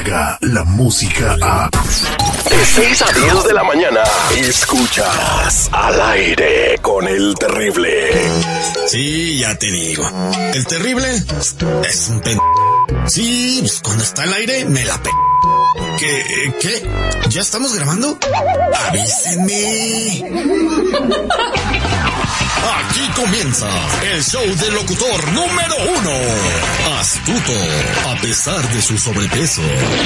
Descarga la música a... De 6 a 10 de la mañana, escuchas Al Aire con El Terrible. Sí, ya te digo. El Terrible es un Sí, pues cuando está al aire me la ¿Qué? ¿Ya estamos grabando? ¡Avísenme! Aquí comienza el show del locutor número 1. Astuto, a pesar de su sobrepeso.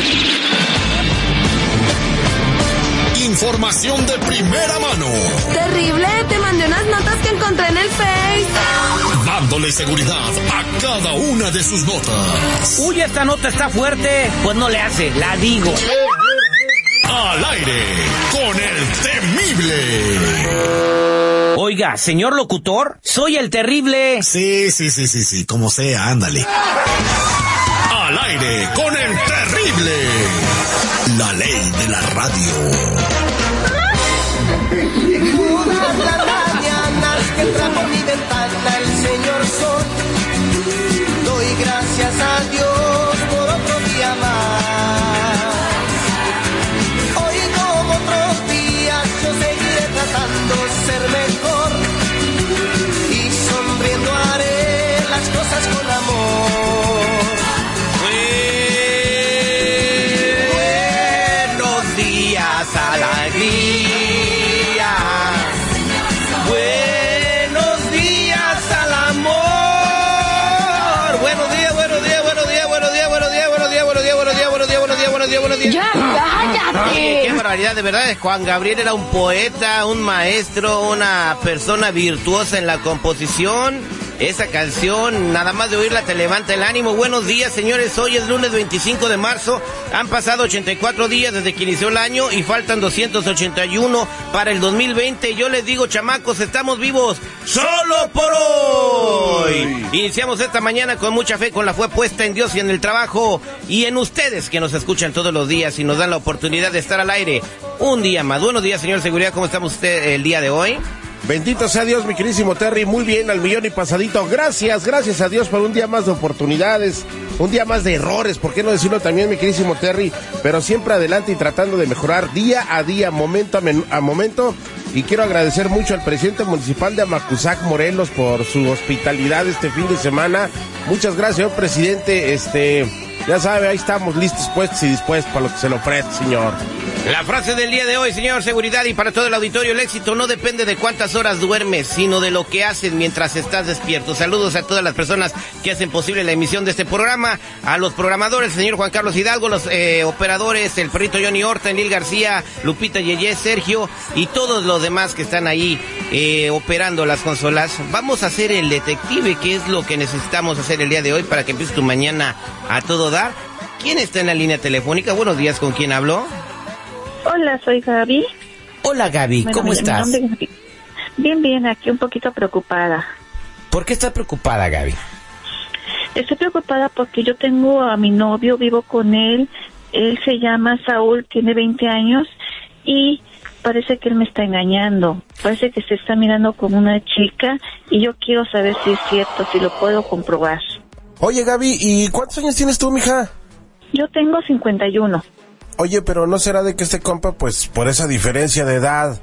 Información de primera mano. Terrible, te mandé unas notas que encontré en el Face. Dándole seguridad a cada una de sus notas. Uy, esta nota está fuerte. Pues no le hace, la digo. Al aire con el temible. Oiga, señor locutor, soy el Terrible. Sí, como sea, ándale. Al aire con el Terrible. La ley de la radio. Todas las mañanas que entra por mi ventana el señor sol. Doy gracias a Dios por otro día más. Hoy como otros días yo seguiré tratando de ser mejor. Y sonriendo haré las cosas con amor. Buenos días, alegría. Buenos días al amor. Buenos días. ¡Ya, cállate! Qué barbaridad, de verdad. Juan Gabriel era un poeta, un maestro, una persona virtuosa en la composición. Esa canción, nada más de oírla te levanta el ánimo. Buenos días, señores. Hoy es lunes 25 de marzo. Han pasado 84 días desde que inició el año y faltan 281 para el 2020. Yo les digo, chamacos, estamos vivos solo por hoy. Iniciamos esta mañana con mucha fe, con la fe puesta en Dios y en el trabajo y en ustedes que nos escuchan todos los días y nos dan la oportunidad de estar al aire un día más. Buenos días, señor Seguridad. ¿Cómo estamos usted el día de hoy? Bendito sea Dios, mi queridísimo Terry, muy bien, al millón y pasadito. Gracias a Dios por un día más de oportunidades, un día más de errores, ¿por qué no decirlo también, mi queridísimo Terry? Pero siempre adelante y tratando de mejorar día a día, momento a momento. Y quiero agradecer mucho al presidente municipal de Amacuzac, Morelos, por su hospitalidad este fin de semana. Muchas gracias, señor presidente. Ya sabe, ahí estamos listos, puestos y dispuestos para lo que se le ofrece, señor. La frase del día de hoy, señor Seguridad, y para todo el auditorio: el éxito no depende de cuántas horas duermes, sino de lo que haces mientras estás despierto. Saludos a todas las personas que hacen posible la emisión de este programa, a los programadores, el señor Juan Carlos Hidalgo, los operadores, el perrito Johnny Horta, Enil García, Lupita Yeye, Sergio y todos los demás que están ahí operando las consolas. Vamos a hacer el detective, que es lo que necesitamos hacer el día de hoy para que empieces tu mañana a todo dar. ¿Quién está en la línea telefónica? Buenos días, ¿con quién hablo? Hola, soy Gaby. Hola, Gaby, Bueno, ¿cómo estás? Bien, aquí un poquito preocupada. ¿Por qué estás preocupada, Gaby? Estoy preocupada porque yo tengo a mi novio, vivo con él se llama Saúl, tiene 20 años y parece que él me está engañando. Parece que se está mirando con una chica y yo quiero saber si es cierto, si lo puedo comprobar. Oye, Gaby, ¿y cuántos años tienes tú, mija? Yo tengo 51. Oye, pero ¿no será de que este compa, pues, por esa diferencia de edad,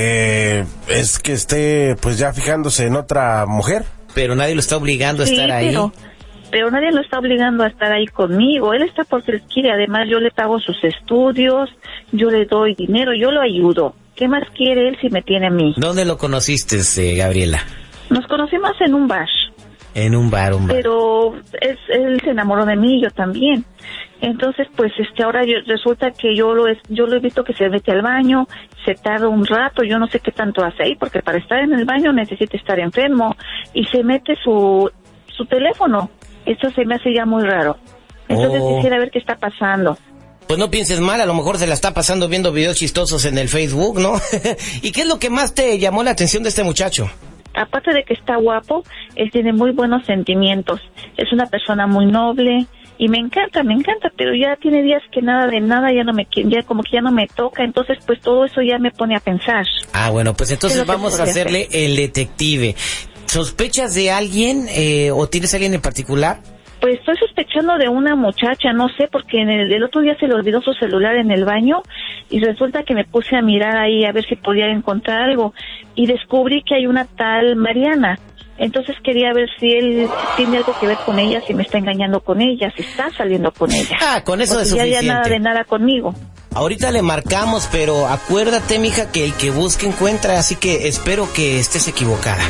es que esté, pues, ya fijándose en otra mujer? Pero nadie lo está obligando a estar ahí. Pero nadie lo está obligando a estar ahí conmigo. Él está porque él quiere. Además, yo le pago sus estudios, yo le doy dinero, yo lo ayudo. ¿Qué más quiere él si me tiene a mí? ¿Dónde lo conociste, Gabriela? Nos conocimos en un bar. En un bar. Pero él se enamoró de mí y yo también. Entonces, pues, ahora resulta que yo lo he visto que se mete al baño, se tarda un rato, yo no sé qué tanto hace ahí, porque para estar en el baño necesita estar enfermo, y se mete su teléfono. Esto se me hace ya muy raro. Entonces quisiera ver qué está pasando. Pues no pienses mal, a lo mejor se la está pasando viendo videos chistosos en el Facebook, ¿no? ¿Y qué es lo que más te llamó la atención de este muchacho? Aparte de que está guapo, él tiene muy buenos sentimientos. Es una persona muy noble y me encanta, pero ya tiene días que nada de nada, ya como que ya no me toca. Entonces, pues todo eso ya me pone a pensar. Ah, bueno, pues entonces vamos a hacerle el detective. ¿Sospechas de alguien o tienes a alguien en particular? Pues estoy sospechando de una muchacha, no sé, porque el otro día se le olvidó su celular en el baño y resulta que me puse a mirar ahí a ver si podía encontrar algo y descubrí que hay una tal Mariana. Entonces quería ver si él tiene algo que ver con ella, si me está engañando con ella, si está saliendo con ella. Con eso es ya suficiente. nada de nada conmigo. Ahorita le marcamos, pero acuérdate, mija, que el que busca encuentra, así que espero que estés equivocada.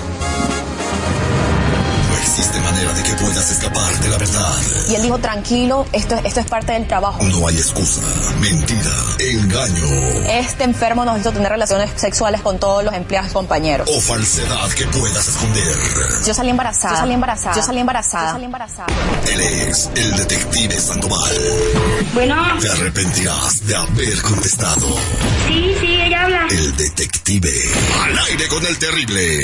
No existe manera de que puedas escapar de la verdad. Y él dijo, tranquilo, esto es parte del trabajo. No hay excusa, mentira, engaño Este enfermo nos hizo tener relaciones sexuales con todos los empleados y compañeros. o falsedad que puedas esconder. Yo salí embarazada. Él es el detective Sandoval. Bueno, Te arrepentirás de haber contestado. sí, ella habla. El detective. Al aire con el terrible.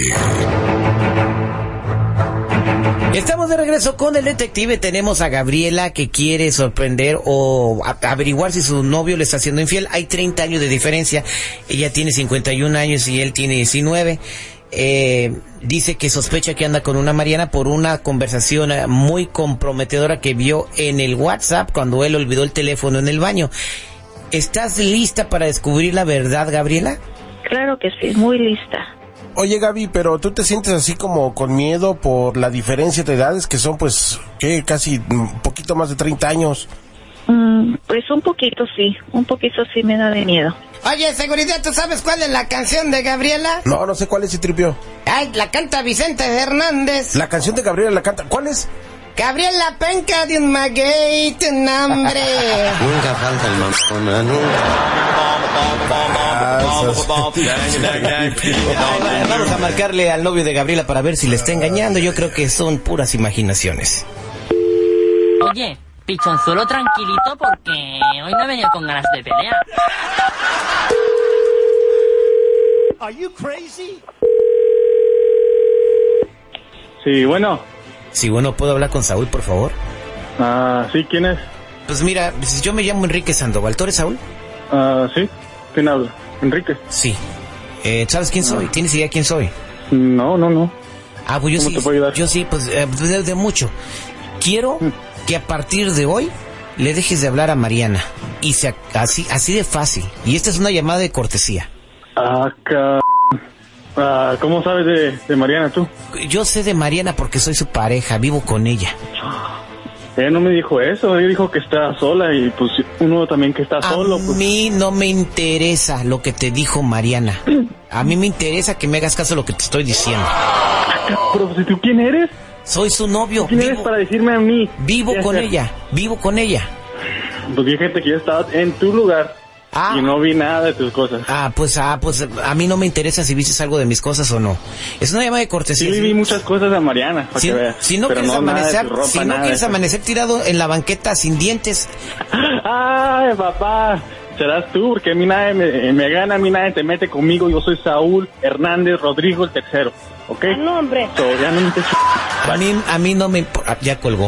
Estamos de regreso con el detective. Tenemos a Gabriela que quiere sorprender o averiguar si su novio le está haciendo infiel. Hay 30 años de diferencia. Ella tiene 51 años y él tiene 19. Dice que sospecha que anda con una Mariana por una conversación muy comprometedora que vio en el WhatsApp cuando él olvidó el teléfono en el baño. ¿Estás lista para descubrir la verdad, Gabriela? Claro que sí, muy lista. Oye, Gaby, pero ¿tú te sientes así como con miedo por la diferencia de edades que son, pues, que casi un poquito más de 30 años? Pues un poquito sí me da de miedo. Oye, seguridad, ¿tú sabes cuál es la canción de Gabriela? No sé cuál es, ese tripio. Ay, la canta Vicente Hernández. La canción de Gabriela la canta. ¿Cuál es? Gabriela penca de un maguey, tu nombre. Nunca falta el mamón, Vamos a marcarle al novio de Gabriela para ver si le está engañando. Yo creo que son puras imaginaciones. Oye, pichonzuelo tranquilito porque hoy no he venido con ganas de pelear. Are you crazy? Sí, bueno. Sí, bueno, ¿puedo hablar con Saúl, por favor? Sí, ¿quién es? Pues mira, yo me llamo Enrique Sandoval. ¿Tú eres Saúl? Sí. ¿Quién habla? ¿Enrique? Sí. ¿Sabes quién soy? ¿Tienes idea quién soy? No. Pues yo ¿Cómo sí. te puedo ayudar? Yo sí, pues de mucho. Quiero que a partir de hoy le dejes de hablar a Mariana. Y así de fácil. Y esta es una llamada de cortesía. ¿Cómo sabes de Mariana tú? Yo sé de Mariana porque soy su pareja, vivo con ella. Ella no me dijo eso, ella dijo que está sola y pues uno también que está solo. A mí no me interesa lo que te dijo Mariana. A mí me interesa que me hagas caso a lo que te estoy diciendo. Pero pues, ¿tú quién eres? Soy su novio. ¿Quién eres para decirme a mí? Vivo con ella. Pues fíjate que yo estaba en tu lugar. Y no vi nada de tus cosas. Pues a mí no me interesa si viste algo de mis cosas o no. Es una llamada de cortesía. Sí, vi muchas cosas de Mariana, para que veas. Si no pero quieres amanecer, ropa, si no quieres amanecer tirado en la banqueta sin dientes. Ay, papá, serás tú, porque a mí nadie me gana, a mí nadie te mete conmigo. Yo soy Saúl Hernández Rodrigo el tercero, ¿ok? No, hombre. Ya no me te a mí no me importa. Ya colgó.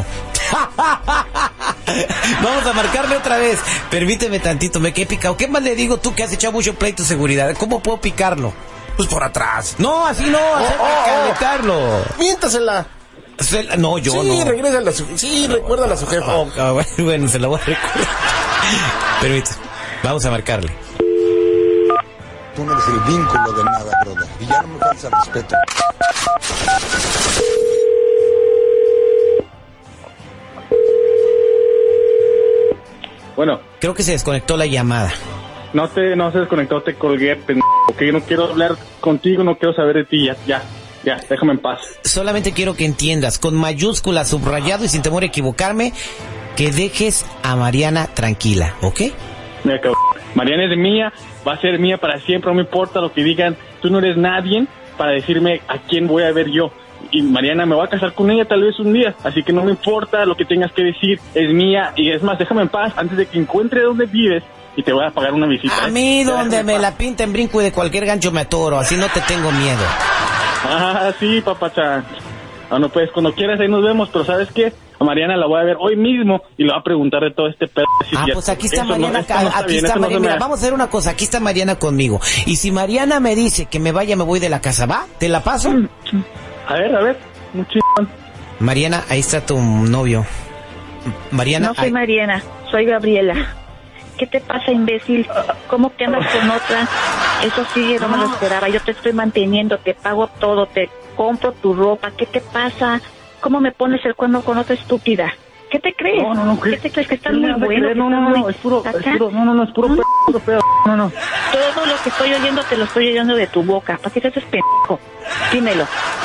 Vamos a marcarle otra vez. Permíteme tantito, me quedé picado. ¿Qué más le digo tú que has echado mucho pleito de seguridad? ¿Cómo puedo picarlo? Pues por atrás. No, así no, calentarlo. Miéntasela. No, yo sí, no. Regrésala recuérdala a su jefa. Bueno, se la voy a recordar. Permíteme, vamos a marcarle. Tú no eres el vínculo de nada, brother. Y ya no me falta respeto. Bueno. Creo que se desconectó la llamada. No se desconectó, te colgué, porque no quiero hablar contigo, no quiero saber de ti, ya, déjame en paz. Solamente quiero que entiendas, con mayúsculas, subrayado y sin temor a equivocarme, que dejes a Mariana tranquila, ¿ok? Mira, cabrón, Mariana es mía, va a ser mía para siempre, no me importa lo que digan, tú no eres nadie para decirme a quién voy a ver yo. Y Mariana, me voy a casar con ella tal vez un día, así que no me importa lo que tengas que decir, es mía, y es más, déjame en paz antes de que encuentre dónde vives y te voy a pagar una visita. A mí donde me la pinten brinco y de cualquier gancho me atoro, así no te tengo miedo. Sí, papachán. Bueno, pues cuando quieras ahí nos vemos, pero ¿sabes qué? A Mariana la voy a ver hoy mismo y le voy a preguntar de todo este pedo. Pues aquí está Mariana, mira, vamos a hacer una cosa, aquí está Mariana conmigo. Y si Mariana me dice que me vaya, me voy de la casa, ¿va? ¿Te la paso? A ver, muy chingón. Mariana, ahí está tu novio. Mariana. No soy Mariana, soy Gabriela. ¿Qué te pasa, imbécil? ¿Cómo que andas con otra? Eso sí, no me lo esperaba. Yo te estoy manteniendo, te pago todo, te compro tu ropa. ¿Qué te pasa? ¿Cómo me pones el cuerno con otra estúpida? ¿Qué te crees? ¿Qué te crees? Que estás muy bueno. No, es puro pedo. No. Todo lo que estoy oyendo te lo estoy oyendo de tu boca. ¿Para qué te haces pendejo? Dímelo.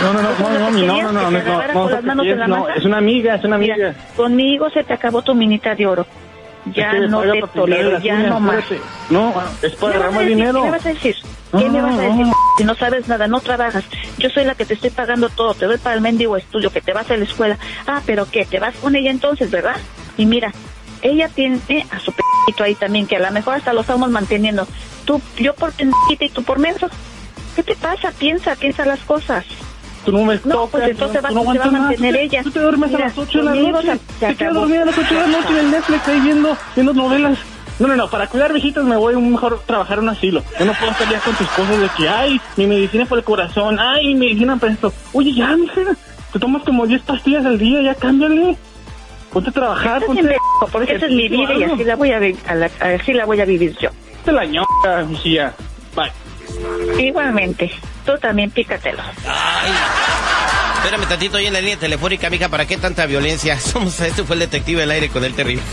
No, es una amiga. Mira, conmigo se te acabó tu minita de oro. Ya no te tolero, ya no más. No, es para agarrar dinero. ¿Qué me vas a decir? ¿Qué me vas a decir? Si no sabes nada, no trabajas. Yo soy la que te estoy pagando todo. Te doy para el mendigo estudio, que te vas a la escuela. Ah, ¿pero qué? ¿Te vas con ella entonces, verdad? Y mira, ella tiene a su p***ito ahí también, que a lo mejor hasta lo estamos manteniendo. Yo por p***ita y tú por menso. ¿Qué te pasa? Piensa las cosas. Tú no me tocas. No, pues entonces se va a mantener ella. Tú te duermes a las 8 de la noche. Te quedas dormida a las 8 de la noche en el Netflix ahí viendo novelas. No, para cuidar viejitas me voy mejor trabajar en un asilo. Yo no puedo estar ya con tus cosas de que, ay, mi medicina por el corazón, ay, mi medicina para esto. Oye, ya, mija, te tomas como 10 pastillas al día, ya cámbiale. Ponte a trabajar, porque esa es mi vida y así la voy a vivir yo. Te la ñoca, mijía. Bye. Igualmente, tú también pícatelo. Ay, espérame tantito ahí en la línea telefónica, mija, ¿para qué tanta violencia? Este fue el detective del aire con el terrible.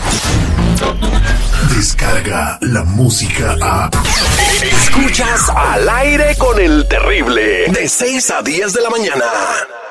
Descarga la música a... Escuchas Al Aire con el Terrible, de 6 a 10 de la mañana.